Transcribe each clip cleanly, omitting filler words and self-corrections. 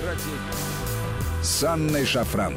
с Анной Шафран.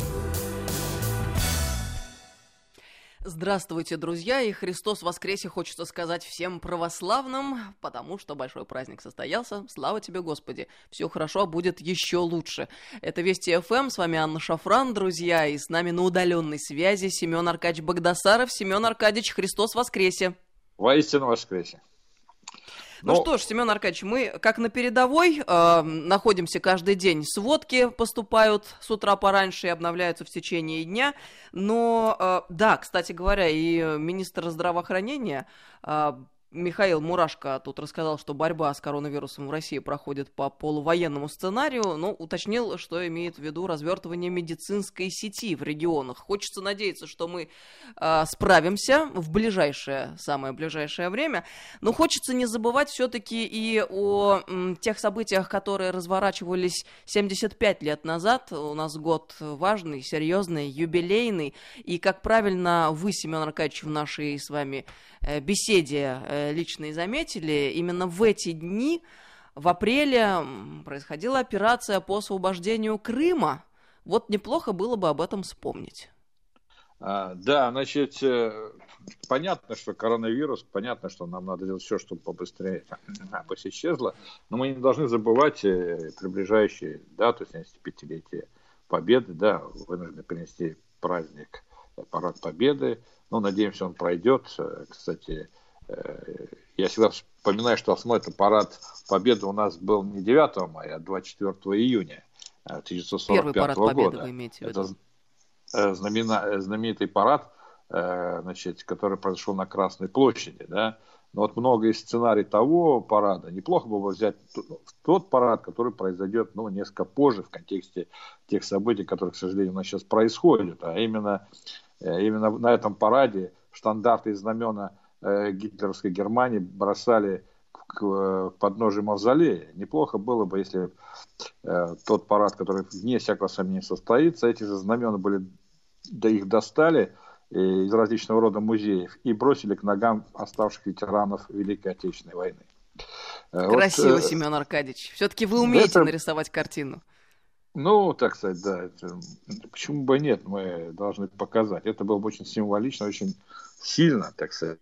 Здравствуйте, друзья, и Христос воскресе хочется сказать всем православным, потому что большой праздник состоялся. Слава тебе, Господи! Все хорошо, будет еще лучше. Это Вести ФМ, с вами Анна Шафран, друзья, и с нами на удаленной связи Семен Аркадьевич Багдасаров. Семен Аркадьевич, Христос воскресе! Воистину воскресе! Ну что ж, Семен Аркадьевич, мы как на передовой находимся каждый день. Сводки поступают с утра пораньше и обновляются в течение дня. Но, да, кстати говоря, и министр здравоохранения Михаил Мурашко тут рассказал, что борьба с коронавирусом в России проходит по полувоенному сценарию, но уточнил, что имеет в виду развертывание медицинской сети в регионах. Хочется надеяться, что мы справимся в самое ближайшее время, но хочется не забывать все-таки и о тех событиях, которые разворачивались 75 лет назад. У нас год важный, серьезный, юбилейный, и, как правильно вы, Семен Аркадьевич, в нашей с вами беседе лично и заметили, именно в эти дни, в апреле, происходила операция по освобождению Крыма. Вот неплохо было бы об этом вспомнить. Да, значит, понятно, что коронавирус, понятно, что нам надо делать все, чтобы побыстрее пусть исчезло, но мы не должны забывать приближающие дату 75-летия Победы, да, вынуждены принести праздник, парад Победы. Ну, надеемся, он пройдет. Кстати, я всегда вспоминаю, что основной парад Победы у нас был не 9 мая, а 24 июня 1945 года. Победы вы имеете в виду? Это знаменитый парад, значит, который произошел на Красной площади. Да? Но вот много из сценариев того парада. Неплохо было бы взять тот парад, который произойдет несколько позже в контексте тех событий, которые, к сожалению, у нас сейчас происходят. А именно на этом параде штандарты и знамена гитлеровской Германии бросали к подножию мавзолея. Неплохо было бы, если тот парад, который вне всякого сомнения состоится, эти же знамена их достали из различного рода музеев и бросили к ногам оставшихся ветеранов Великой Отечественной войны. Красиво, Семен Аркадьевич. Все-таки вы умеете нарисовать картину. Ну, так сказать, да. Почему бы нет, мы должны показать. Это было бы очень символично, очень сильно, так сказать.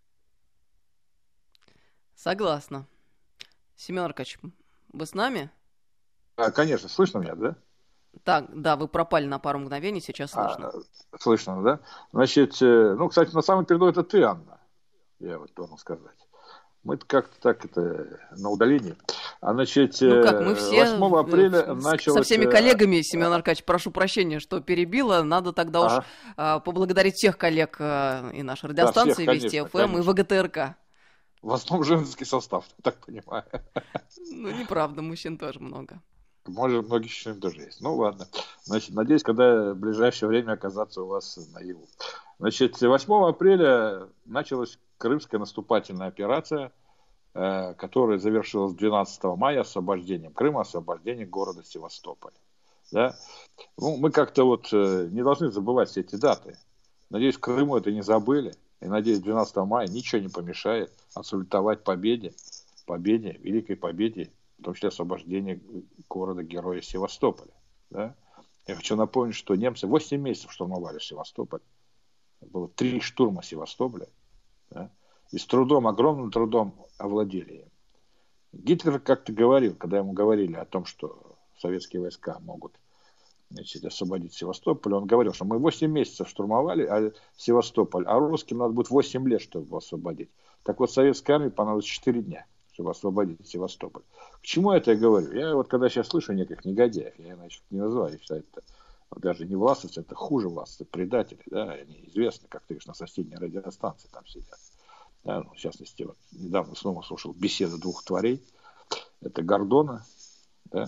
Согласна. Семен Аркадьевич, вы с нами? Конечно, слышно меня, да? Так, да, вы пропали на пару мгновений, сейчас слышно. Слышно, да? Значит, кстати, на самом передовой это ты, Анна, я вот должен сказать. Мы-то как-то так это на удалении. Значит, как, мы все 8 апреля началось... Со всеми коллегами, Семен Аркадьевич, прошу прощения, что перебила. Надо тогда уж поблагодарить всех коллег и нашей радиостанции Вести ФМ и ВГТРК. В основном женский состав, так понимаю. Ну, неправда, мужчин тоже много. Может, многих мужчин тоже есть. Ну, ладно. Значит, надеюсь, когда в ближайшее время оказаться у вас наяву. Значит, 8 апреля началась Крымская наступательная операция, которая завершилась 12 мая освобождением Крыма, освобождением города Севастополя. Да? Ну, мы как-то не должны забывать все эти даты. Надеюсь, в Крыму это не забыли. И, надеюсь, 12 мая ничего не помешает отсалютовать победе, великой победе, в том числе освобождение города-героя Севастополя. Да? Я хочу напомнить, что немцы 8 месяцев штурмовали Севастополь. Было 3 штурма Севастополя. Да? И с трудом, огромным трудом овладели им. Гитлер как-то говорил, когда ему говорили о том, что советские войска могут освободить Севастополь, он говорил, что мы 8 месяцев штурмовали Севастополь, а русским надо будет 8 лет, чтобы его освободить. Так вот, советской армии понадобилось 4 дня, чтобы освободить Севастополь. К чему это я говорю? Я когда сейчас слышу неких негодяев, я иначе не называю, что это даже не властовцы, это хуже властовцы, предатели, да, они известны, как ты видишь, на соседней радиостанции там сидят. Да, в частности, недавно снова слушал беседу 2 тварей, это Гордона, да,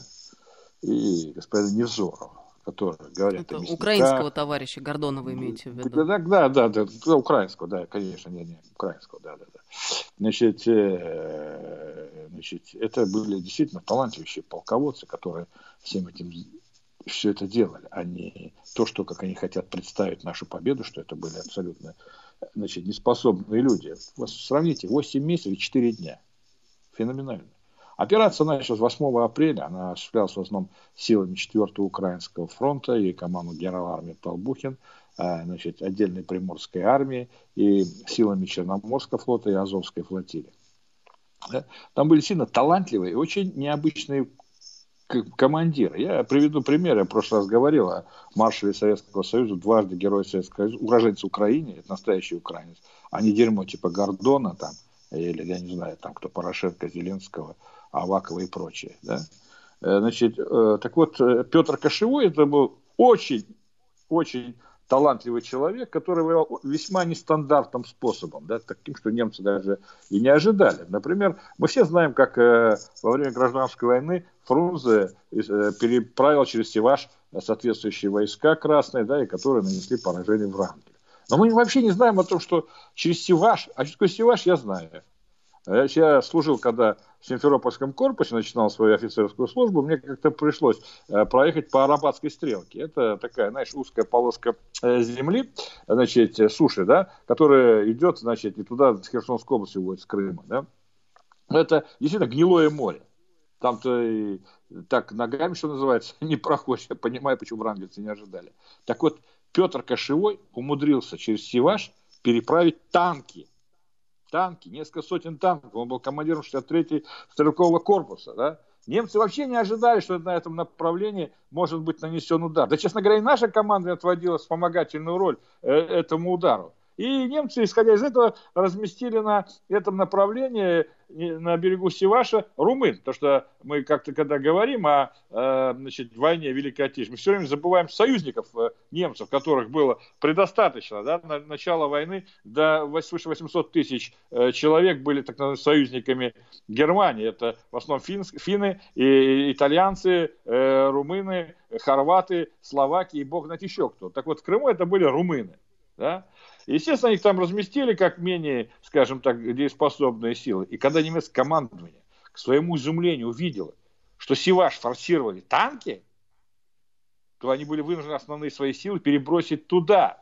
и господина Невзорова, которые говорят это о мясниках. Украинского товарища Гордона вы имеете в виду? Да, украинского, да, конечно, украинского, да. Значит, это были действительно талантливые полководцы, которые всем этим все это делали, а не то, что, как они хотят представить нашу победу, что это были абсолютно, неспособные люди. Сравните, 8 месяцев и 4 дня. Феноменально. Операция началась 8 апреля, она осуществлялась в основном силами 4-го Украинского фронта и команду генерала армии Толбухин, отдельной Приморской армии и силами Черноморского флота и Азовской флотилии. Там были сильно талантливые и очень необычные командиры. Я приведу пример. Я в прошлый раз говорил о маршале Советского Союза, дважды герой Советского Союза, уроженец Украины, это настоящий украинец, а не дерьмо типа Гордона там, или, я не знаю, там кто, Порошенко, Зеленского, Авакова и прочее. Да? Так вот, Петр Кошевой, это был очень талантливый человек, который воевал весьма нестандартным способом, да, таким, что немцы даже и не ожидали. Например, мы все знаем, как во время гражданской войны Фрунзе переправил через Севаш соответствующие войска красные, да, и которые нанесли поражение Врангелю. Но мы вообще не знаем о том, что через Севаш, а что такое Севаш, я знаю. Я служил, когда в Симферопольском корпусе начинал свою офицерскую службу, мне как-то пришлось проехать по Арабатской стрелке. Это такая, знаешь, узкая полоска земли, суши, да, которая идет, и туда, с Херсонской области уводит, с Крыма, да. Это действительно гнилое море. Там-то и так ногами, что называется, не проходишь. Я понимаю, почему врангельцы не ожидали. Так вот, Петр Кошевой умудрился через Севаш переправить танки, несколько сотен танков. Он был командиром 63-й стрелкового корпуса. Да? Немцы вообще не ожидали, что на этом направлении может быть нанесен удар. Да, честно говоря, и наша команда отводила вспомогательную роль этому удару. И немцы, исходя из этого, разместили на этом направлении, на берегу Севаша, румын. Потому что мы как-то, когда говорим о войне Великой Отечественной, мы все время забываем союзников немцев, которых было предостаточно. Да? На начало войны до свыше 800 тысяч человек были так называемыми союзниками Германии. Это в основном финны, и итальянцы, румыны, хорваты, словаки и бог знает еще кто. Так вот, в Крыму это были румыны. Да? Естественно, их там разместили как менее, скажем так, дееспособные силы. И когда немецкое командование, к своему изумлению, увидело, что Севаш форсировали танки, то они были вынуждены основные свои силы перебросить туда.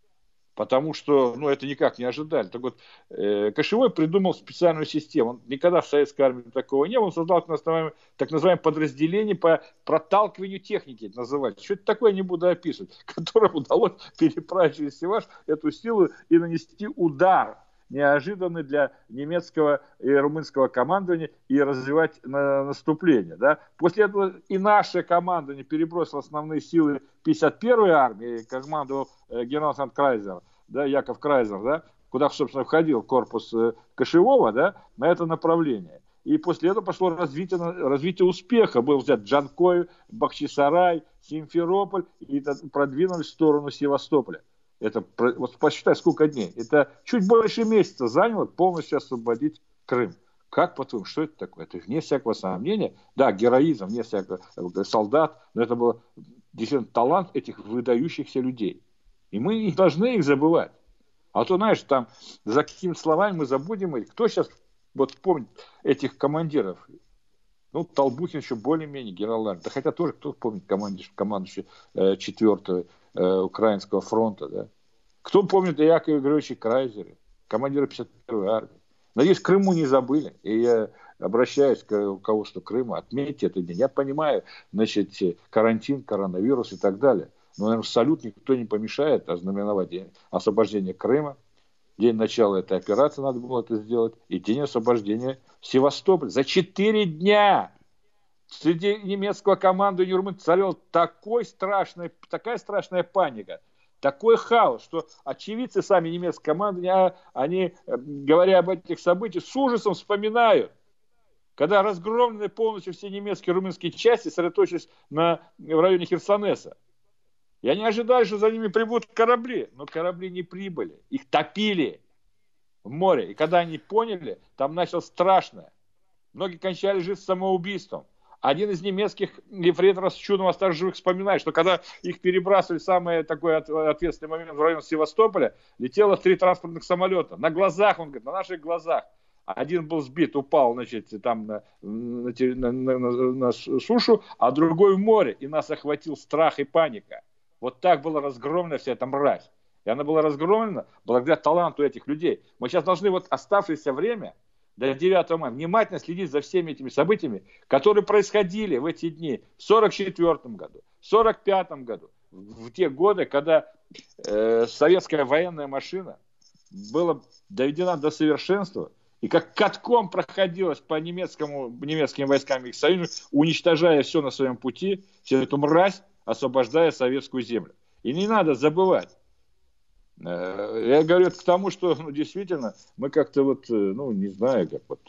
Потому что, это никак не ожидали. Так вот, Кошевой придумал специальную систему. Он никогда в советской армии такого не было. Он создал так называемое подразделение по проталкиванию техники, это называется. Что это такое, не буду описывать. Которому удалось переправить через Севаш эту силу и нанести удар, неожиданный для немецкого и румынского командования, и развивать наступление. Да? После этого и наше командование перебросило основные силы 51-й армии, командовал генерал Крайзер, да, Яков Крайзер, да, куда, собственно, входил корпус Кошевого, да, на это направление. И после этого пошло развитие успеха. Был взят Джанкой, Бахчисарай, Симферополь, и продвинулись в сторону Севастополя. Это, вот посчитай, сколько дней. Это чуть больше месяца заняло полностью освободить Крым. Как, по-твоему, что это такое? Это вне всякого сомнения. Да, героизм, вне всякого солдат, но это был действительно талант этих выдающихся людей. И мы не должны их забывать. А то, знаешь, там за какими словами мы забудем их. Кто сейчас помнит этих командиров? Толбухин еще более-менее, генерал армии. Да хотя тоже кто помнит командующего 4-го Украинского фронта. Да? Кто помнит о Якове Григорьевиче Крайзере, командира 51-й армии? Надеюсь, Крыму не забыли. И я обращаюсь к руководству Крыма, отметьте этот день. Я понимаю, карантин, коронавирус и так далее. Но, наверное, салют никто не помешает ознаменовать день освобождения Крыма. День начала этой операции надо было это сделать. И день освобождения Севастополя. За 4 дня среди немецкого командования Румынии царила такая страшная паника, такой хаос, что очевидцы сами немецкого командования, они, говоря об этих событиях, с ужасом вспоминают, когда разгромлены полностью все немецкие и румынские части сосредоточились в районе Херсонеса. И они ожидали, что за ними прибудут корабли, но корабли не прибыли, их топили в море. И когда они поняли, там началось страшное. Многие кончали жизнь самоубийством. Один из немецких ефрейторов с чудом остался живых вспоминает, что когда их перебрасывали в самый такой ответственный момент в район Севастополя, летело 3 транспортных самолета. На глазах, он говорит, на наших глазах. Один был сбит, упал, там на сушу, а другой в море. И нас охватил страх и паника. Вот так была разгромлена вся эта мразь. И она была разгромлена благодаря таланту этих людей. Мы сейчас должны оставшееся время до 9 мая, внимательно следить за всеми этими событиями, которые происходили в эти дни в 1944 году, в 1945 году, в те годы, когда советская военная машина была доведена до совершенства, и как катком проходилась по немецким войскам и их союзникам, уничтожая все на своем пути, всю эту мразь, освобождая советскую землю. И не надо забывать. Я говорю это к тому, что действительно мы как-то не знаю,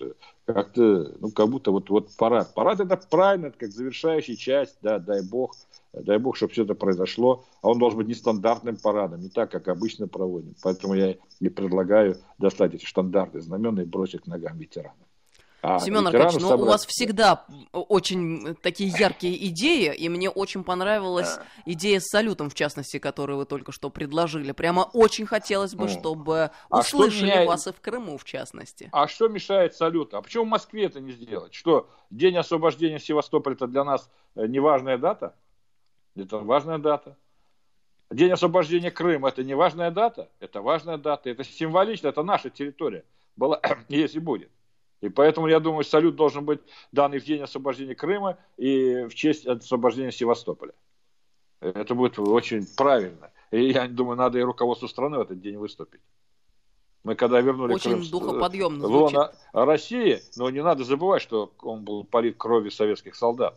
как будто парад. Парад это правильно, это как завершающая часть, да, дай бог, чтобы все это произошло, а он должен быть нестандартным парадом, не так, как обычно проводим. Поэтому я и предлагаю достать эти штандарты, знамена и бросить к ногам ветеранов. Семен Аркадьевич, у вас всегда очень такие яркие идеи, и мне очень понравилась идея с салютом, в частности, которую вы только что предложили. Прямо очень хотелось бы, чтобы услышали вас и в Крыму, в частности. А что мешает салюту? А почему в Москве это не сделать? Что, День освобождения Севастополя — это для нас не важная дата? Это важная дата. День освобождения Крыма — это не важная дата? Это важная дата. Это символично, это наша территория была, есть и будет. И поэтому, я думаю, салют должен быть дан и в день освобождения Крыма, и в честь освобождения Севастополя. Это будет очень правильно. И я думаю, надо и руководству страны в этот день выступить. Мы когда вернули очень Крым духоподъемно в лоно России, но не надо забывать, что он был полит кровью советских солдат.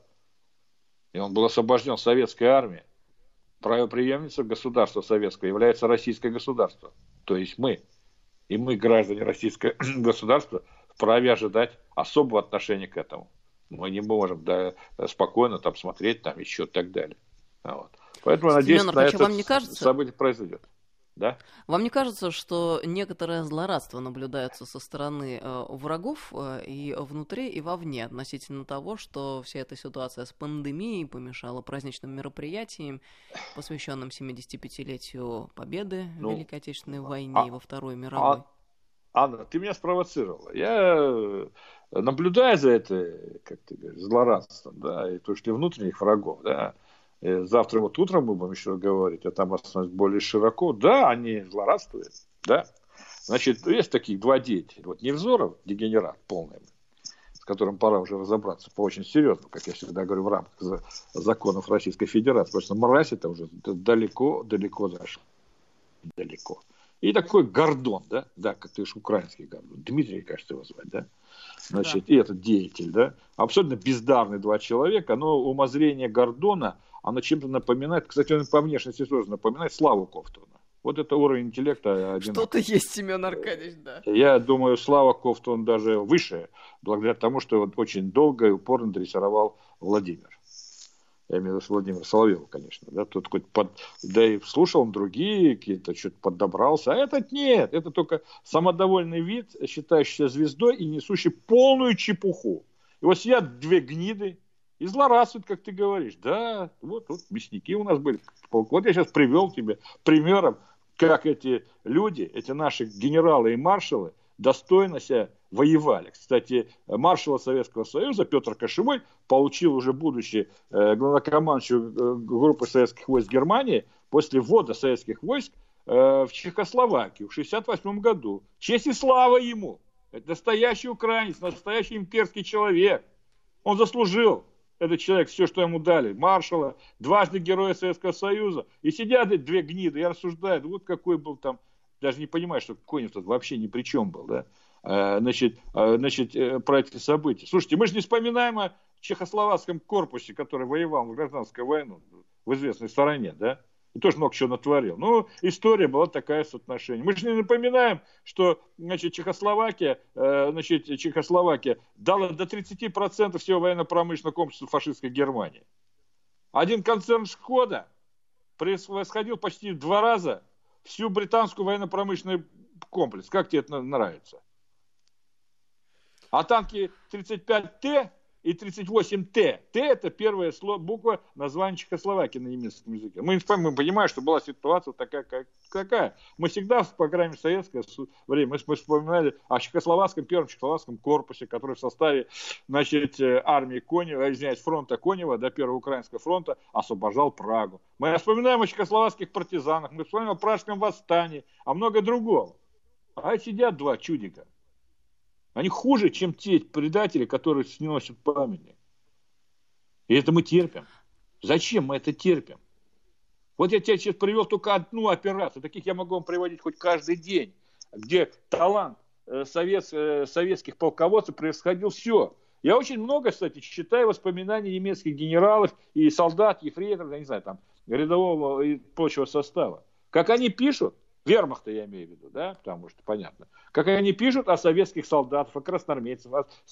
И он был освобожден советской армией. Правопреемницей государства советского является российское государство. То есть мы. И мы, граждане российского государства, вправе ожидать особого отношения к этому. Мы не можем спокойно там смотреть, там еще и так далее. Вот. Поэтому, надеюсь, на это событие произойдет. Да? Вам не кажется, что некоторое злорадство наблюдается со стороны врагов и внутри, и вовне относительно того, что вся эта ситуация с пандемией помешала праздничным мероприятиям, посвященным 75-летию Победы в Великой Отечественной войне и во Второй мировой? Анна, ты меня спровоцировала. Я наблюдаю за это, как ты говоришь, злорадством, да, и то, что внутренних врагов, да. И завтра утром мы будем еще говорить, а там остановиться более широко. Да, они злорадствуют, да. Значит, есть таких два деятеля. Вот Невзоров, дегенерат полный, с которым пора уже разобраться по очень серьезно, как я всегда говорю, в рамках законов Российской Федерации, потому что мразь это уже далеко зашла. Далеко. И такой Гордон, да, как ты же украинский Гордон, Дмитрий, кажется, его звать, да, значит, и этот деятель, да, абсолютно бездарные два человека, но умозрение Гордона, оно чем-то напоминает, кстати, он по внешности тоже напоминает Славу Ковтуна. Вот это уровень интеллекта. Что-то есть, Семен Аркадьевич, да. Я думаю, Слава Ковтун даже выше, благодаря тому, что он очень долго и упорно дрессировал Владимир. Я имею в виду Владимира Соловьева, конечно. Да, тут да и слушал он другие, какие-то что-то подобрался. А этот нет. Это только самодовольный вид, считающийся звездой и несущий полную чепуху. И вот сидят две гниды и злорадствуют, как ты говоришь. Да, вот мясники у нас были. Вот я сейчас привел тебе примером, как эти люди, эти наши генералы и маршалы достойно себя воевали. Кстати, маршала Советского Союза Петр Кошевой получил, уже будучи главнокомандующим группы советских войск Германии, после ввода советских войск в Чехословакию в 1968 году. Честь и слава ему! Это настоящий украинец, настоящий имперский человек. Он заслужил, этот человек, все, что ему дали. Маршала, дважды Героя Советского Союза. И сидят эти две гниды и рассуждают, вот какой был там, даже не понимаю, что Конев тут вообще ни при чем был, да? Значит, про эти события. Слушайте, мы же не вспоминаем о чехословацком корпусе, который воевал в гражданскую войну в известной стороне, да? И тоже много чего натворил. Ну, история была такая соотношение. Мы же не напоминаем, что, значит, Чехословакия дала до 30% всего военно-промышленного комплекса фашистской Германии. Один концерн Шкода превосходил почти в 2 раза всю британскую военно-промышленный комплекс. Как тебе это нравится? А танки 35Т и 38Т. Т — это первая буква названия Чехословакии на немецком языке. Мы понимаем, что была ситуация такая. Мы всегда в программе «Советское время» мы вспоминали о первом чехословацком корпусе, который в составе, значит, армии Конева, фронта Конева до Первого Украинского фронта освобождал Прагу. Мы вспоминаем о чехословацких партизанах, мы вспоминаем о Пражском восстании, о много другого. А сидят два чудика. Они хуже, чем те предатели, которые сносят памятник. И это мы терпим. Зачем мы это терпим? Вот я тебе сейчас привел только одну операцию. Таких я могу вам приводить хоть каждый день, где талант советских полководцев происходил все. Я очень много, кстати, читаю воспоминаний немецких генералов и солдат, ефрейторов, я не знаю, там, рядового и прочего состава. Как они пишут, вермахта я имею в виду, да, потому что понятно, как они пишут о советских солдатах, о красноармейцах,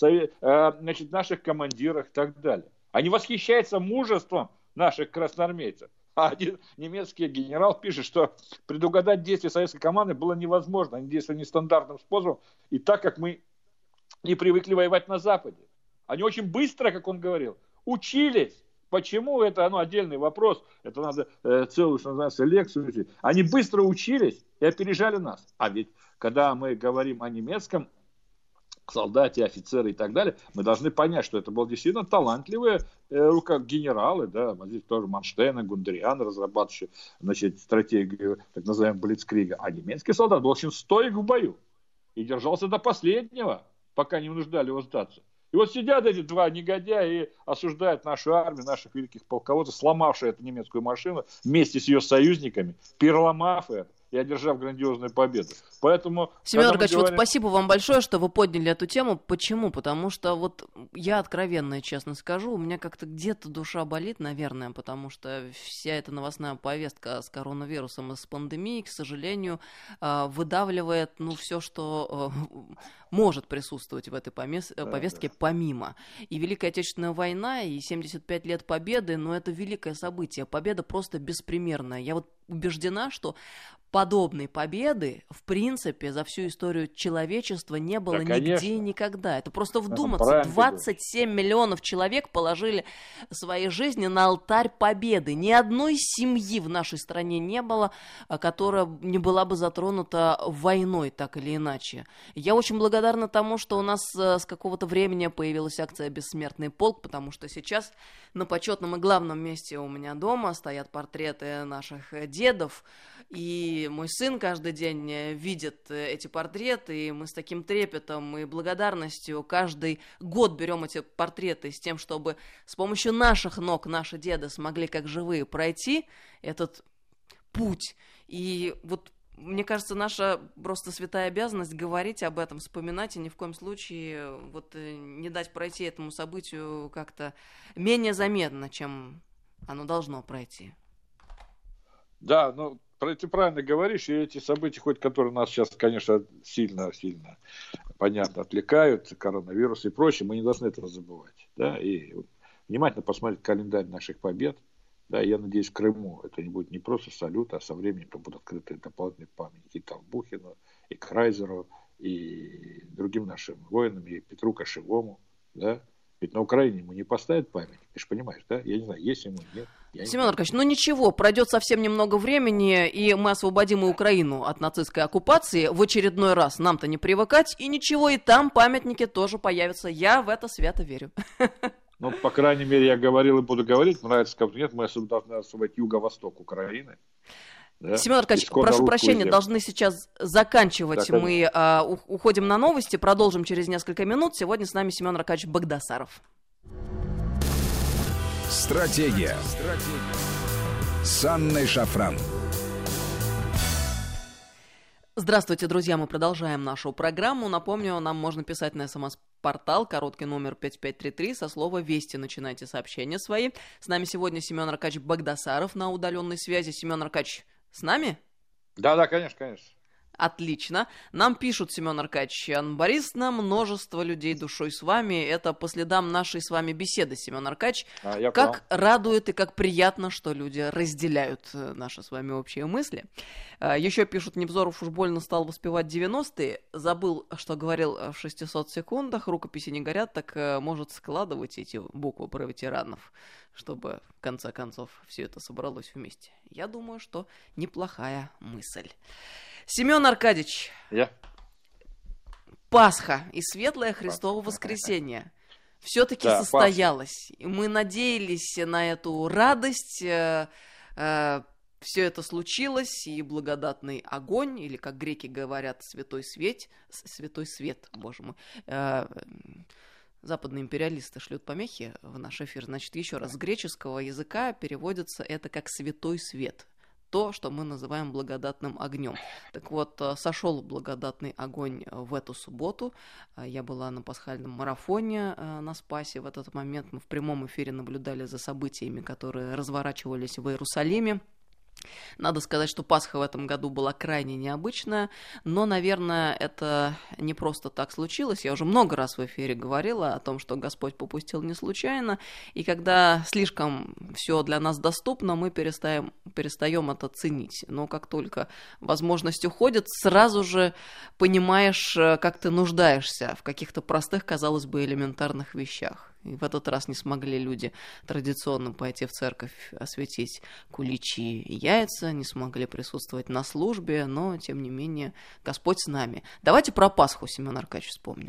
значит, наших командирах и так далее. Они восхищаются мужеством наших красноармейцев. А один немецкий генерал пишет, что предугадать действия советской команды было невозможно. Они действовали нестандартным способом, и так как мы не привыкли воевать на Западе. Они очень быстро, как он говорил, учились. Почему? Это отдельный вопрос. Это надо целую, что называется, лекцию учить. Они быстро учились и опережали нас. А ведь, когда мы говорим о немецком солдате, офицеры и так далее, мы должны понять, что это были действительно талантливые генералы, да, здесь тоже Манштейн, Гудериан, разрабатывающие, значит, стратегию, так называемого Блицкрига. А немецкий солдат был очень стоек в бою и держался до последнего, пока не вынуждали его сдаться. И вот сидят эти два негодяя и осуждают нашу армию, наших великих полководцев, сломавшие эту немецкую машину вместе с ее союзниками, переломав ее и одержав грандиозную победу. Поэтому, Семен Аркадьевич, вот спасибо вам большое, что вы подняли эту тему. Почему? Потому что вот я откровенно, честно скажу, у меня как-то где-то душа болит, наверное, потому что вся эта новостная повестка с коронавирусом и с пандемией, к сожалению, выдавливает, все, что может присутствовать в этой повестке помимо. И Великая Отечественная война, и 75 лет Победы, это великое событие. Победа просто беспримерная. Я вот убеждена, что подобной победы, в принципе, за всю историю человечества не было нигде и никогда. Это просто вдуматься. 27 миллионов человек положили свои жизни на алтарь победы. Ни одной семьи в нашей стране не было, которая не была бы затронута войной, так или иначе. Я очень благодарна тому, что у нас с какого-то времени появилась акция «Бессмертный полк», потому что сейчас на почетном и главном месте у меня дома стоят портреты наших дедов, и мой сын каждый день видит эти портреты, и мы с таким трепетом и благодарностью каждый год берем эти портреты с тем, чтобы с помощью наших ног наши деды смогли как живые пройти этот путь. И вот мне кажется, наша просто святая обязанность говорить об этом, вспоминать и ни в коем случае не дать пройти этому событию как-то менее заметно, чем оно должно пройти. Да, ты правильно говоришь, и эти события, хоть которые нас сейчас, конечно, сильно, понятно, отвлекают, коронавирус и прочее, мы не должны этого забывать. Да? И внимательно посмотреть календарь наших побед. Да, я надеюсь, в Крыму это не будет не просто салют, а со временем там будут открыты дополнительные памятники и Толбухину, и Крайзеру, и другим нашим воинам, и Петру Кошевому. Да? Ведь на Украине ему не поставят памятник, ты же понимаешь, да? Я не знаю, есть ему, нет. Семен Аркадьевич, ничего, пройдет совсем немного времени, и мы освободим и Украину от нацистской оккупации в очередной раз. Нам-то не привыкать, и ничего, и там памятники тоже появятся. Я в это свято верю. По крайней мере, я говорил и буду говорить, нравится как нет, мы должны освободить юго-восток Украины. Да? Семен Аркадьевич, прошу прощения, должны сейчас заканчивать. Да, мы уходим на новости, продолжим через несколько минут. Сегодня с нами Семен Аркадьевич Багдасаров. Стратегия. С Анной Шафран. Здравствуйте, друзья, мы продолжаем нашу программу. Напомню, нам можно писать на СМС-портал, короткий номер 5533, со слова «Вести» начинайте сообщения свои. С нами сегодня Семен Аркадьевич Багдасаров на удаленной связи. Семен Аркадьевич, с нами? Да, конечно. Отлично. Нам пишут, Семен Аркадьевич, Анна Борисовна, множество людей душой с вами. Это по следам нашей с вами беседы, Семен Аркадьевич. Как радует и как приятно, что люди разделяют наши с вами общие мысли. Еще пишут, Невзоров уж больно стал воспевать 90-е. Забыл, что говорил в 600 секундах. Рукописи не горят, так может складывать эти буквы про ветеранов, чтобы в конце концов все это собралось вместе. Я думаю, что неплохая мысль. Семен Аркадьевич, Пасха и Светлое Христово Воскресенье все-таки состоялось. Пасха. Мы надеялись на эту радость, все это случилось, и благодатный огонь, или, как греки говорят, святой свет, боже мой, западные империалисты шлют помехи в наш эфир. Значит, еще раз, с греческого языка переводится это как «святой свет». То, что мы называем благодатным огнем. Так вот, сошел благодатный огонь в эту субботу. Я была на пасхальном марафоне на Спасе. В этот момент мы в прямом эфире наблюдали за событиями, которые разворачивались в Иерусалиме. Надо сказать, что Пасха в этом году была крайне необычная, но, наверное, это не просто так случилось. Я уже много раз в эфире говорила о том, что Господь попустил не случайно, и когда слишком все для нас доступно, мы перестаем это ценить. Но как только возможность уходит, сразу же понимаешь, как ты нуждаешься в каких-то простых, казалось бы, элементарных вещах. И в этот раз не смогли люди традиционно пойти в церковь, осветить куличи и яйца, не смогли присутствовать на службе, но, тем не менее, Господь с нами. Давайте про Пасху, Семен Аркадьевич, вспомним.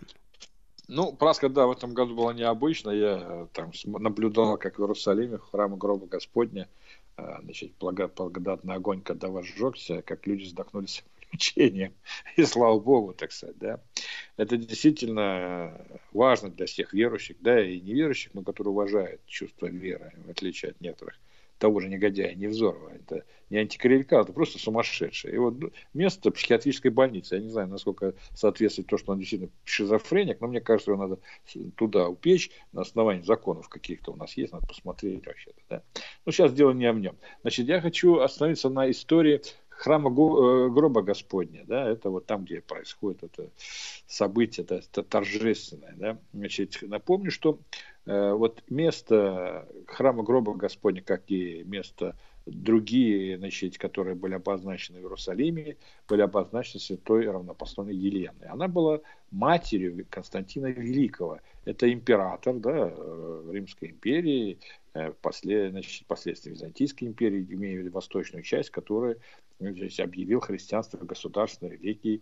Ну, Пасха, да, в этом году была необычная. Я там наблюдал, как в Иерусалиме, в храме гроба Господня, значит, благодатный огонь, когда возжегся, как люди задохнулись учением, и слава Богу, так сказать, да. Это действительно важно для всех верующих, да, и неверующих, но которые уважают чувство веры, в отличие от некоторых, того же негодяя Невзорова. Это не антиклерикал, это просто сумасшедший. И вот место психиатрической больницы, я не знаю, насколько соответствует то, что он действительно шизофреник, но мне кажется, его надо туда упечь на основании законов каких-то у нас есть, надо посмотреть вообще-то, да. Но сейчас дело не об нем. Значит, я хочу остановиться на истории храма гроба Господня, да, это вот там, где происходит это событие, это торжественное, да. Значит, напомню, что вот место храма гроба Господня, как и место другие, значит, которые были обозначены в Иерусалиме, были обозначены святой равнопостольной Еленой. Она была матерью Константина Великого. Это император, да, Римской империи, впоследствии Византийской империи, имея в виду восточную часть, которая здесь объявил христианство государственной религией,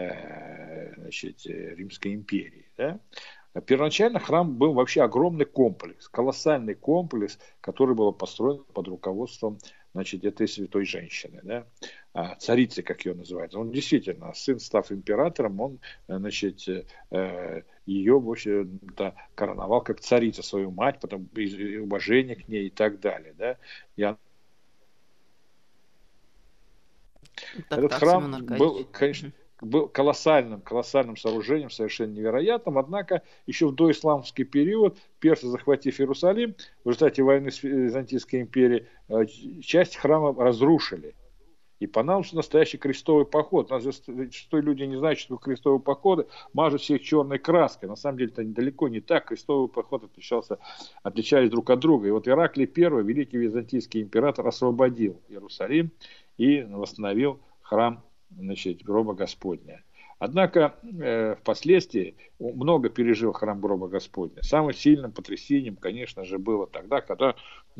значит, Римской империи. Да? Первоначально храм был вообще огромный комплекс, колоссальный комплекс, который был построен под руководством, значит, этой святой женщины, да? Царицы, как ее называют. Он действительно, сын, став императором, он, значит, ее, в общем-то, короновал как царица, свою мать, потом уважение к ней и так далее. Да? Этот храм был, конечно, был колоссальным сооружением, совершенно невероятным, однако еще в доисламский период персы, захватив Иерусалим, в результате войны с Византийской империей, часть храма разрушили. И понадобился настоящий крестовый поход. У нас зачастую люди не знают, что крестовые походы мажут всех черной краской. На самом деле это далеко не так. Крестовый поход отличались друг от друга. И вот Ираклий I, великий византийский император, освободил Иерусалим и восстановил храм, значит, гроба Господня. Однако впоследствии много пережил храм гроба Господня. Самым сильным потрясением, конечно же, было тогда, когда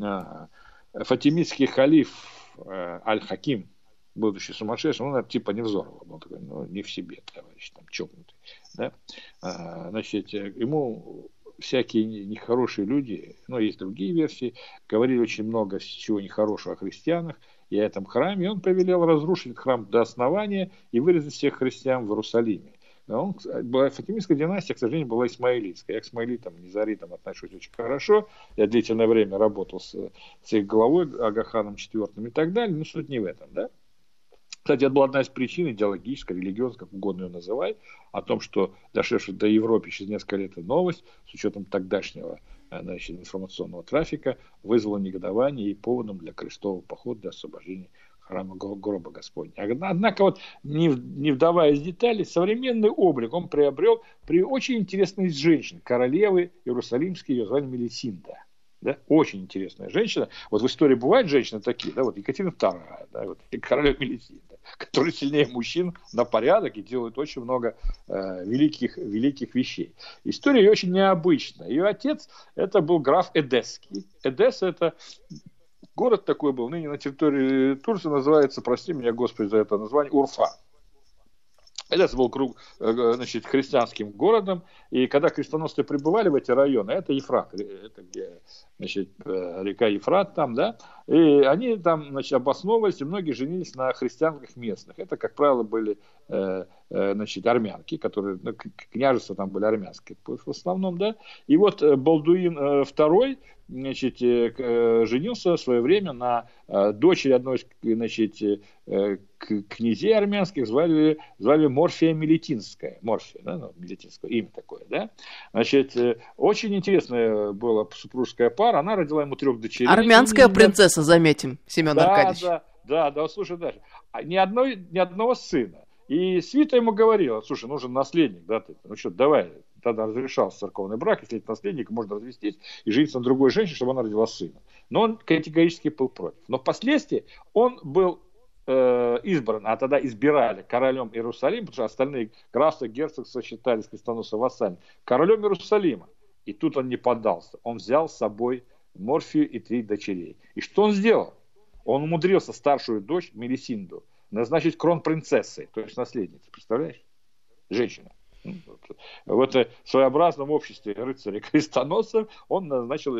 фатимидский халиф Аль-Хаким, будучи сумасшедшим, он типа Невзорова, он такой, ну, не в себе, товарищ, там, чокнутый. Да? Значит, ему всякие нехорошие люди, но есть другие версии, говорили очень много чего нехорошего о христианах и о этом храме, и он повелел разрушить храм до основания и вырезать всех христиан в Иерусалиме. Фатимидская династия, к сожалению, была исмаилитская. Я к исмаилитам, низаритам отношусь очень хорошо. Я длительное время работал с их главой Агаханом IV и так далее, но суть не в этом, да. Кстати, это была одна из причин, идеологическая, религиозная, как угодно ее называй, о том, что дошедшая до Европы через несколько лет новость, с учетом тогдашнего, значит, информационного трафика, вызвала негодование и поводом для крестового похода, для освобождения храма гроба Господня. Однако, вот, не вдаваясь в детали, современный облик он приобрел при очень интересной женщине, королевы Иерусалимской, ее звали Мелисинда. Да? Очень интересная женщина. Вот в истории бывают женщины такие, да, вот Екатерина II, да, вот королева Мелисинда, которые сильнее мужчин на порядок и делают очень много великих вещей. История ее очень необычная. Ее отец это был граф Эдесский. Эдесса это город такой был, ныне на территории Турции называется, прости меня, Господи, за это название, Урфа. Это был значит, христианским городом, и когда крестоносцы прибывали в эти районы, это Ефрат, это где, значит, река Ефрат там, да, и они там, значит, обосновывались, и многие женились на христианках местных. Это, как правило, были, значит, армянки, которые, княжества там были армянские в основном, да, и вот Балдуин II, значит, женился в свое время на дочери одной, значит, князей армянских, звали Морфия Мелитинская. Морфия, да, ну, Мелитинское имя такое, да. Значит, очень интересная была супружеская пара, она родила ему 3 дочерей. Армянская принцесса, заметим, Семен Аркадьевич. Да, слушай дальше. Ни одного сына. И свита ему говорила: слушай, нужен наследник, да, ты, ну что, давай. Тогда разрешался церковный брак, если это наследник, можно развестись и жениться на другой женщине, чтобы она родила сына. Но он категорически был против. Но впоследствии он был избран, а тогда избирали королем Иерусалима, потому что остальные графства, герцогства считались крестоносцев вассальными, королем Иерусалима. И тут он не поддался. Он взял с собой Морфию и 3 дочерей. И что он сделал? Он умудрился старшую дочь Мелисинду назначить кронпринцессой, то есть наследницей. Представляешь? Женщина. В своеобразном обществе рыцарей-крестоносцев он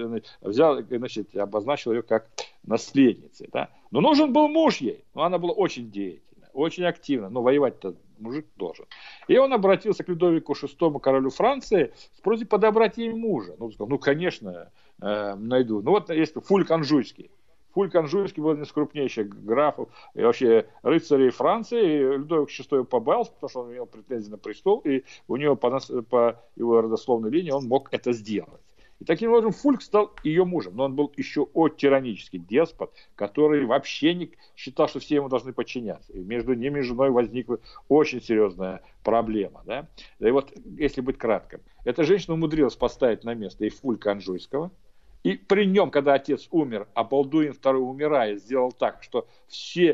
обозначил ее как наследницей. Да? Но нужен был муж ей. Но она была очень деятельна, очень активна. Но воевать-то мужик должен. И он обратился к Людовику VI, королю Франции, с просьбой подобрать ей мужа. Ну, сказал, конечно, найду. Ну, вот есть Фульк Анжуйский. Фульк Анжуйский был один из крупнейших графов и вообще рыцарей Франции. И Людовик VI побоялся, потому что он имел претензии на престол, и у него по его родословной линии он мог это сделать. И таким образом Фульк стал ее мужем. Но он был еще тиранический деспот, который вообще не считал, что все ему должны подчиняться. И между ними и женой возникла очень серьезная проблема. Да? И вот, если быть кратким, эта женщина умудрилась поставить на место и Фулька Анжуйского. И при нем, когда отец умер, а Балдуин II, умирая, сделал так, что все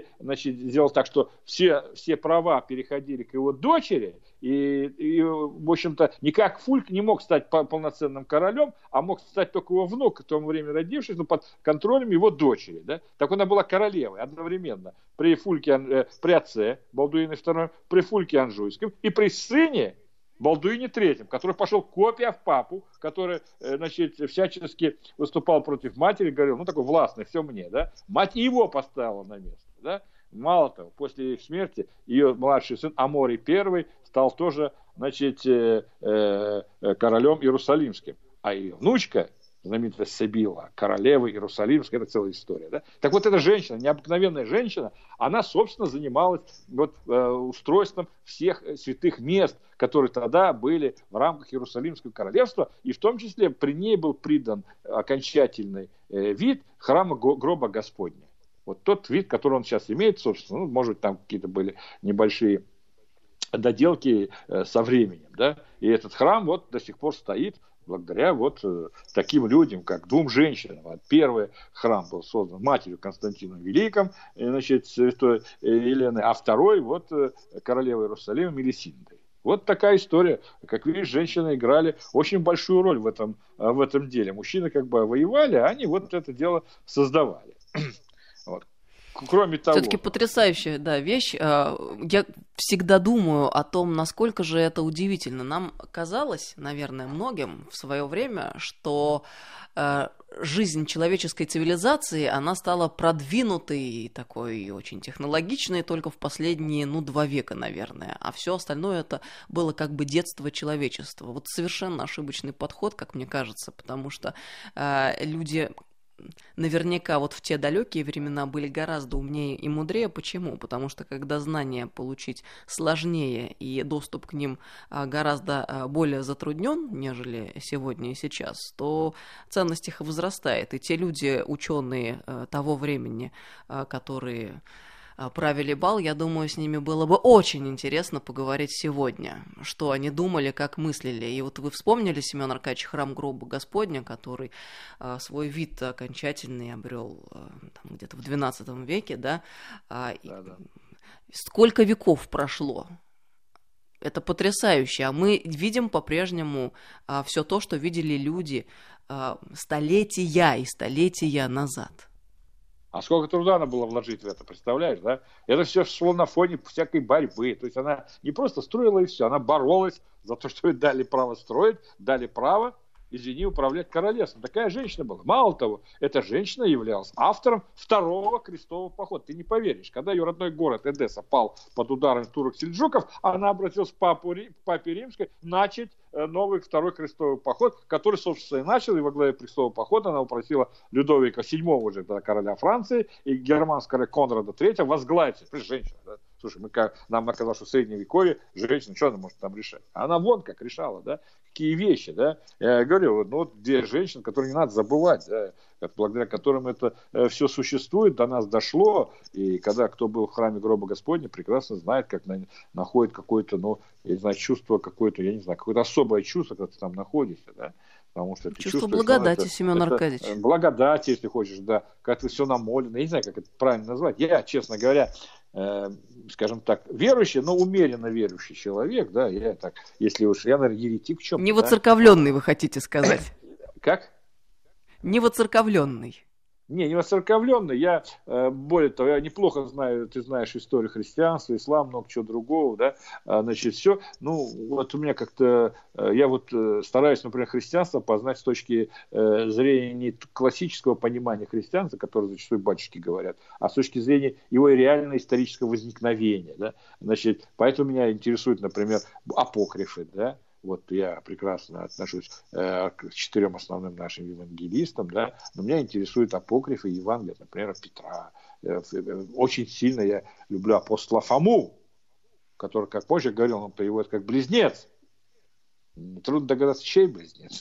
права переходили к его дочери, и в общем-то, никак Фульк не мог стать полноценным королем, а мог стать только его внук, к тому времени родившийся, но под контролем его дочери. Да? Так она была королевой одновременно при отце Балдуине II, при Фульке Анжуйском и при сыне Балдуине III, который пошел копия в папу, который, значит, всячески выступал против матери, говорил, ну, такой властный, все мне, да. Мать его поставила на место, да. Мало того, после их смерти ее младший сын Аморий I стал тоже, значит, королем Иерусалимским, а ее внучка, знаменитая Сибила, королева Иерусалимская, это целая история. Да? Так вот эта женщина, необыкновенная женщина, она, собственно, занималась устройством всех святых мест, которые тогда были в рамках Иерусалимского королевства, и в том числе при ней был придан окончательный вид храма гроба Господня. Вот тот вид, который он сейчас имеет, собственно, ну, может быть, там какие-то были небольшие доделки со временем, да, и этот храм вот до сих пор стоит, благодаря вот таким людям, как 2 женщинам. Первый храм был создан матерью Константином Великим, значит, святой Еленой, а второй вот королевой Иерусалима Мелисиндой. Вот такая история. Как видишь, женщины играли очень большую роль в этом деле. Мужчины как бы воевали, а они вот это дело создавали. Вот. Кроме того... Все-таки потрясающая, да, вещь. Я всегда думаю о том, насколько же это удивительно. Нам казалось, наверное, многим в свое время, что жизнь человеческой цивилизации, она стала продвинутой, такой очень технологичной только в последние, 2 века, наверное. А все остальное это было как бы детство человечества. Вот совершенно ошибочный подход, как мне кажется, потому что люди... Наверняка вот в те далекие времена были гораздо умнее и мудрее. Почему? Потому что когда знания получить сложнее и доступ к ним гораздо более затруднен, нежели сегодня и сейчас, то ценность их возрастает. И те люди, ученые того времени, которые правили бал, я думаю, с ними было бы очень интересно поговорить сегодня, что они думали, как мыслили. И вот вы вспомнили, Семен Аркадьевич, храм гроба Господня, который свой вид окончательный обрел где-то в XII веке, да? Да. Сколько веков прошло? Это потрясающе. А мы видим по-прежнему все то, что видели люди столетия и столетия назад. А сколько труда надо было вложить в это, представляешь, да? Это все шло на фоне всякой борьбы. То есть она не просто строила и все, она боролась за то, что ей дали право строить, дали право, извини, управлять королевством. Такая женщина была. Мало того, эта женщина являлась автором второго крестового похода. Ты не поверишь, когда ее родной город Эдесса пал под ударом турок-сельджуков, она обратилась к Папе Римской начать новый второй крестовый поход, который, собственно, и начал. И во главе крестового похода она упросила Людовика VII, уже короля Франции, и германского Конрада III возглавить. Женщина, да? Слушай, нам оказалось, что в Средневековье женщина, что она может там решать? Она вон как решала, да? Какие вещи, да? Я говорю, ну вот две женщины, которые не надо забывать, да? Благодаря которым это все существует, до нас дошло. И когда кто был в храме гроба Господня, прекрасно знает, как находит какое-то, ну, я не знаю, чувство какое-то, я не знаю, какое-то особое чувство, когда ты там находишься, да? Потому что чувство благодати, Семен Аркадьевич. Благодати, если хочешь, да. Когда ты все намолено, я не знаю, как это правильно назвать. Я, честно говоря, скажем так, верующий, но умеренно верующий человек, да, я так, если уж, я, наверное, еретик в чем-то. Не воцерковленный, вы хотите сказать? Как? Не воцерковленный. Не воцерковленный. Я, более того, я неплохо знаю, ты знаешь историю христианства, ислам, много чего другого, да, значит, все. Ну, вот у меня как-то, я вот стараюсь, например, христианство познать с точки зрения не классического понимания христианства, которое зачастую батюшки говорят, а с точки зрения его реального исторического возникновения, да. Значит, поэтому меня интересует, например, апокрифы, да. Вот я прекрасно отношусь к 4 основным нашим евангелистам, да, но меня интересуют апокрифы Евангелия, например, Петра. Очень сильно я люблю апостола Фому, который, как позже говорил, он переводит как близнец. Трудно догадаться, чей близнец,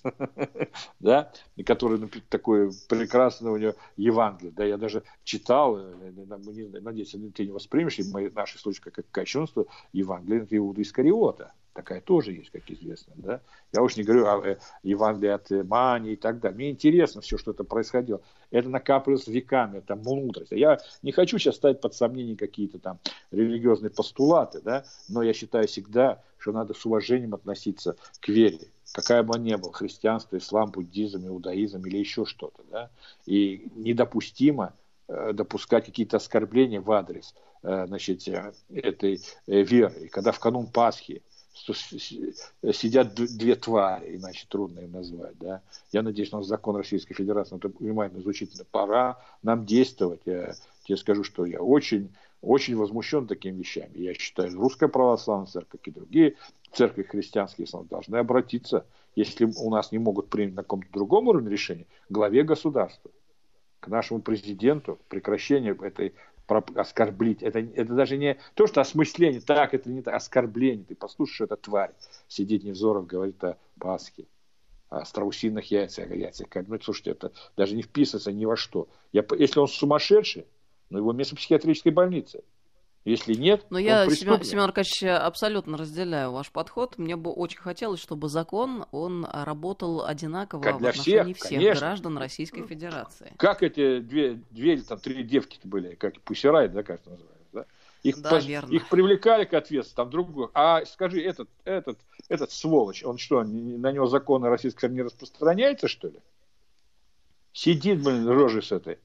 да, и который такое прекрасное у него Евангелие, да, я даже читал, надеюсь, ты не воспримешь, и наши случаи как кощунство, Евангелие Иуды Искариота. Такая тоже есть, как известно. Да? Я уж не говорю о Евангелии от Мани и так далее. Мне интересно все, что это происходило. Это накапливалось веками, это мудрость. Я не хочу сейчас ставить под сомнение какие-то там религиозные постулаты, да? Но я считаю всегда, что надо с уважением относиться к вере. Какая бы она ни была, христианство, ислам, буддизм, иудаизм или еще что-то. Да? И недопустимо допускать какие-то оскорбления в адрес, значит, этой веры. И когда в канун Пасхи сидят две твари, иначе трудно им назвать. Да? Я надеюсь, что закон Российской Федерации это внимательно изучить. Пора нам действовать. Я тебе скажу, что я очень, очень возмущен такими вещами. Я считаю, Русская Православная Церковь и другие церкви христианские должны обратиться, если у нас не могут принять на каком-то другом уровне решения, к главе государства, к нашему президенту, прекращение этой оскорблить. Это даже не то, что осмысление, так, это не так, оскорбление. Ты послушай, что эта тварь сидит Невзоров, говорит о Пасхе, о страусиных яйцах. Ну, слушайте, это даже не вписывается ни во что. Если он сумасшедший, ну, его место в психиатрической больнице. Если нет, но я, Семен Аркадьевич, абсолютно разделяю ваш подход. Мне бы очень хотелось, чтобы закон, он работал одинаково в отношении всех граждан Российской Федерации. Как эти две или там 3 девки-то были, как Пусирайт, да, кажется, называется, да? Их привлекали к ответственности, там другую. А скажи, этот сволочь, он что, на него законы российские не распространяются, что ли? Сидит, рожей с этой.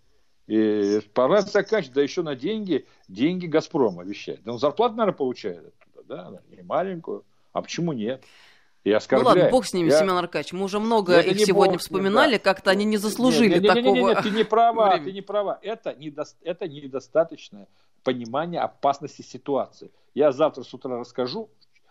И пора заканчивать, да еще на деньги Газпрома вещает. Да он зарплату, наверное, получает оттуда, да, не маленькую. А почему нет? И оскорбляет. Ну ладно, бог с ними, Семен Аркадьевич. Мы уже много их сегодня вспоминали, да. Как-то они не заслужили такого. Нет, ты не права. Это недостаточное понимание опасности ситуации. Я завтра с утра расскажу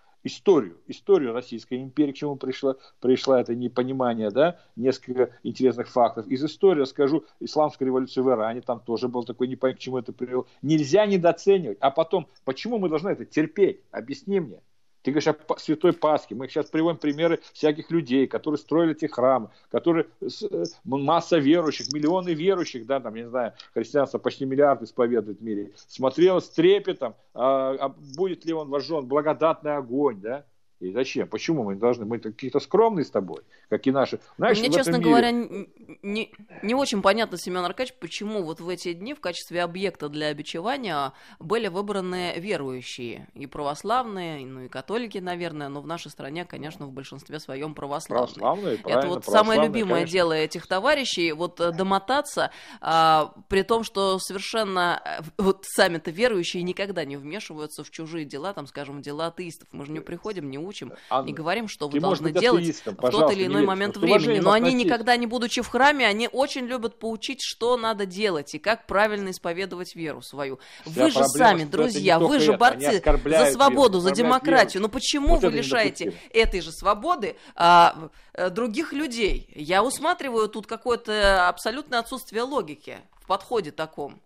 историю Российской империи, к чему пришла это непонимание, да, несколько интересных фактов. Из истории расскажу исламскую революцию в Иране, там тоже был такой непонятно, к чему это привело. Нельзя недооценивать. А потом, почему мы должны это терпеть? Объясни мне. Ты говоришь о Святой Пасхе. Мы сейчас приводим примеры всяких людей, которые строили эти храмы, которые масса верующих, миллионы верующих, да, там, я не знаю, христианство почти миллиард исповедует в мире, смотрело с трепетом, будет ли он вожжен благодатный огонь, да, И зачем? Почему мы должны? Мы какие-то скромные с тобой, как и наши. Знаешь, мне, честно говоря, не очень понятно, Семен Аркадьевич, почему вот в эти дни в качестве объекта для бичевания были выбраны верующие. И православные, ну и католики, наверное, но в нашей стране, конечно, в большинстве своем православные. Это вот самое любимое дело этих товарищей, вот домотаться, при том, что совершенно вот сами-то верующие никогда не вмешиваются в чужие дела, там, скажем, дела атеистов. Мы же не приходим, не учим, не говорим, что вы должны делать в тот или иной момент времени. Но они никогда не будучи в храме, они очень любят поучить, что надо делать и как правильно исповедовать веру свою. Вы же сами, друзья, вы же борцы за свободу, за демократию. Но почему вы лишаете этой же свободы других людей? Я усматриваю тут какое-то абсолютное отсутствие логики в подходе таком.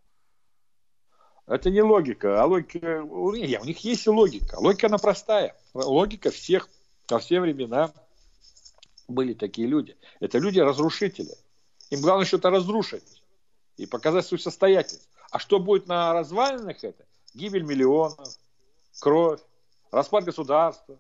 Это не логика, а логика... Не, у них есть логика. Логика, она простая. Логика всех, во все времена были такие люди. Это люди-разрушители. Им главное что-то разрушить и показать свою состоятельность. А что будет на развалинах это? Гибель миллионов, кровь, распад государства.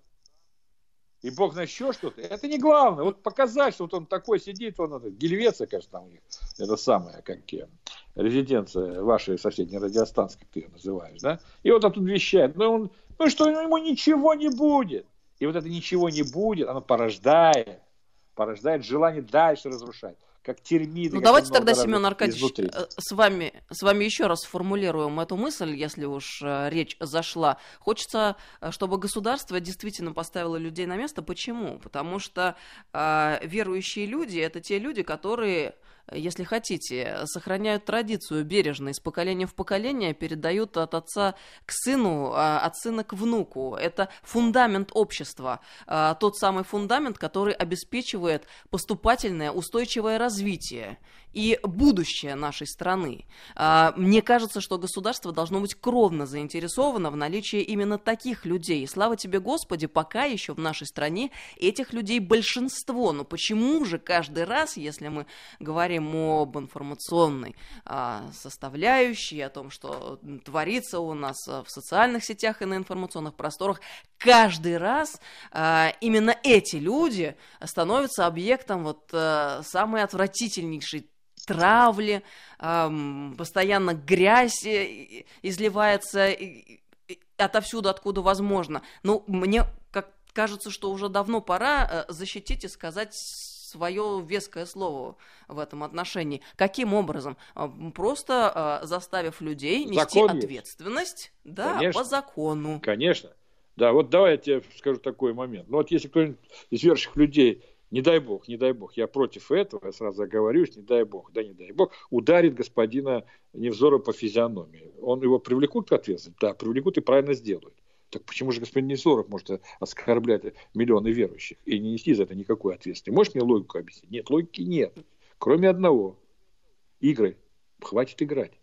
И бог знает еще что-то. Это не главное. Вот показать, что вот он такой сидит, он это, Гельвеция, конечно, там у них. Это самое, как резиденция вашей соседней радиостанции, как ты ее называешь, да? И вот он тут вещает. Ну что, ему ничего не будет. И вот это ничего не будет, оно порождает желание дальше разрушать. Как термиты. Ну давайте тогда, Семен Аркадьевич, с вами еще раз сформулируем эту мысль, если уж речь зашла. Хочется, чтобы государство действительно поставило людей на место. Почему? Потому что верующие люди — это те люди, которые, если хотите, сохраняют традицию бережно, из поколения в поколение передают от отца к сыну, от сына к внуку. Это фундамент общества, тот самый фундамент, который обеспечивает поступательное, устойчивое развитие и будущее нашей страны. Мне кажется, что государство должно быть кровно заинтересовано в наличии именно таких людей. И слава тебе, Господи, пока еще в нашей стране этих людей большинство. Но почему же каждый раз, если мы говорим об информационной составляющей, о том, что творится у нас в социальных сетях и на информационных просторах, каждый раз именно эти люди становятся объектом вот самой отвратительнейшей травли, постоянно грязь изливается отовсюду, откуда возможно. Ну, мне кажется, что уже давно пора защитить и сказать свое веское слово в этом отношении. Каким образом? Просто заставив людей нести ответственность, да, по закону. Конечно. Да, вот давай я тебе скажу такой момент. Ну вот если кто-нибудь из верующих людей, не дай бог, я против этого, я сразу оговорюсь, не дай бог, ударит господина Невзорова по физиономии. Его привлекут к ответственности? Да, привлекут и правильно сделают. Так почему же господин Невзоров может оскорблять миллионы верующих и не нести за это никакой ответственности? Можешь мне логику объяснить? Нет, логики нет. Кроме одного. Игры. Хватит играть.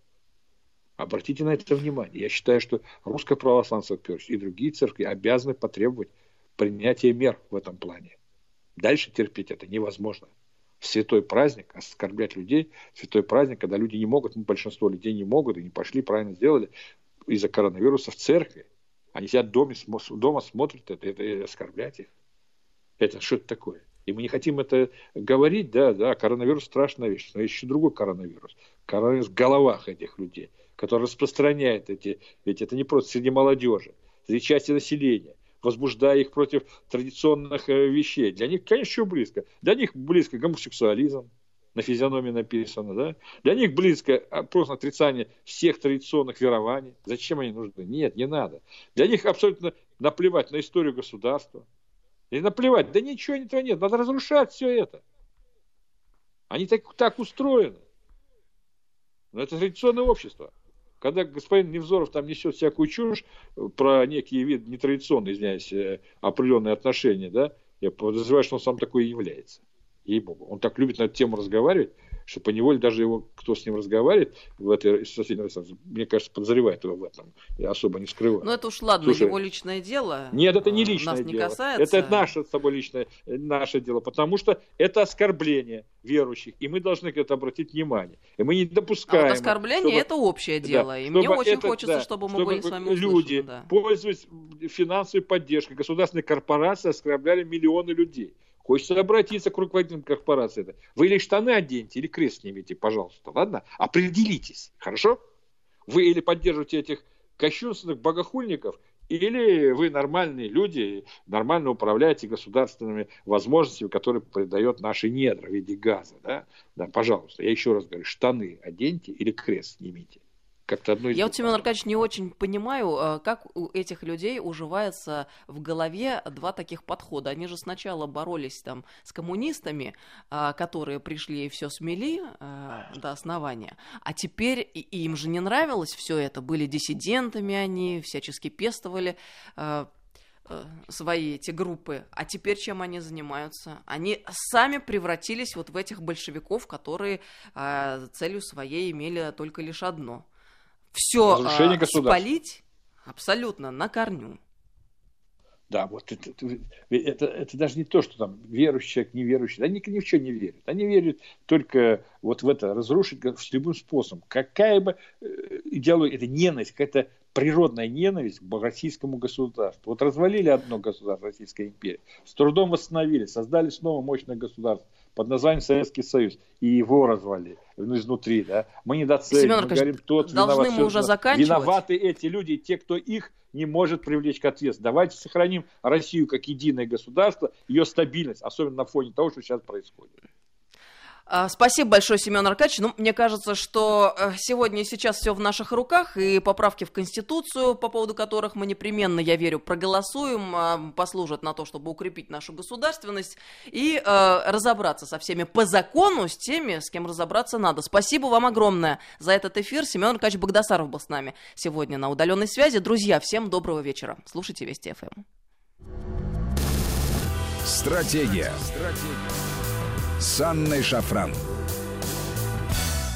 Обратите на это внимание. Я считаю, что Русская Православная Церковь и другие церкви обязаны потребовать принятия мер в этом плане. Дальше терпеть это невозможно. Святой праздник, оскорблять людей, святой праздник, когда люди не могут, большинство людей не могут и не пошли, правильно сделали, из-за коронавируса в церкви. Они сидят дома смотрят это и оскорблять их. Это что это такое? И мы не хотим это говорить, да, коронавирус страшная вещь, но есть еще другой коронавирус. Коронавирус в головах этих людей, который распространяет ведь это не просто среди молодежи, среди части населения, возбуждая их против традиционных вещей. Для них, конечно, еще близко. Для них близко гомосексуализм, на физиономии написано, да? Для них близко просто отрицание всех традиционных верований. Зачем они нужны? Нет, не надо. Для них абсолютно наплевать на историю государства. И наплевать, да ничего этого нет, надо разрушать все это. Они так устроены. Но это традиционное общество. Когда господин Невзоров там несет всякую чушь про некие виды нетрадиционные, извиняюсь, определенные отношения, да, я подозреваю, что он сам такой и является. Ей-богу. Он так любит на эту тему разговаривать, что поневоле даже его, кто с ним разговаривает в этой соседней инстанции, мне кажется, подозревает его в этом, я особо не скрываю. Ну это уж ладно, слушай, его личное дело. Нет, это не личное нас дело. Не касается. Это наше с тобой личное наше дело, потому что это оскорбление верующих, и мы должны к этому обратить внимание. И мы не допускаем. А вот оскорбление это общее дело, и мне очень хочется, чтобы мы были с вами услышаны. Люди, пользуясь финансовой поддержкой, государственные корпорации оскорбляли миллионы людей. Хочется обратиться к руководителям корпорации. Вы или штаны оденьте, или крест снимите, пожалуйста, ладно? Определитесь, хорошо? Вы или поддерживаете этих кощунственных богохульников, или вы нормальные люди, нормально управляете государственными возможностями, которые придает наши недра в виде газа. Да? Да, пожалуйста, я еще раз говорю, штаны оденьте или крест снимите. Как-то одно из Я вот, Семен Аркадьевич, не очень понимаю, как у этих людей уживается в голове два таких подхода. Они же сначала боролись там с коммунистами, которые пришли и все смели до основания, а теперь им же не нравилось все это, были диссидентами они, всячески пестовали свои эти группы, а теперь чем они занимаются? Они сами превратились вот в этих большевиков, которые целью своей имели только лишь одно — все спалить абсолютно на корню. Да, вот это даже не то, что там верующий человек, неверующий. Они ни в что не верят. Они верят только вот в это, разрушить любым способом. Какая бы идеология, это ненависть, какая-то природная ненависть к российскому государству. Вот развалили одно государство, Российская империя, с трудом восстановили, создали снова мощное государство под названием Советский Союз, и его развалили изнутри, да. Мы недооцениваем, мы говорим, тот виноват, мы уже заканчивать. Виноваты эти люди, те, кто их не может привлечь к ответственности. Давайте сохраним Россию как единое государство, ее стабильность, особенно на фоне того, что сейчас происходит. Спасибо большое, Семен Аркадьевич. Ну, мне кажется, что сегодня и сейчас все в наших руках, и поправки в Конституцию, по поводу которых мы непременно, я верю, проголосуем, послужат на то, чтобы укрепить нашу государственность и разобраться со всеми по закону, с теми, с кем разобраться надо. Спасибо вам огромное за этот эфир. Семен Аркадьевич Багдасаров был с нами сегодня на удаленной связи. Друзья, всем доброго вечера. Слушайте Вести ФМ. Стратегия. С Анной Шафран.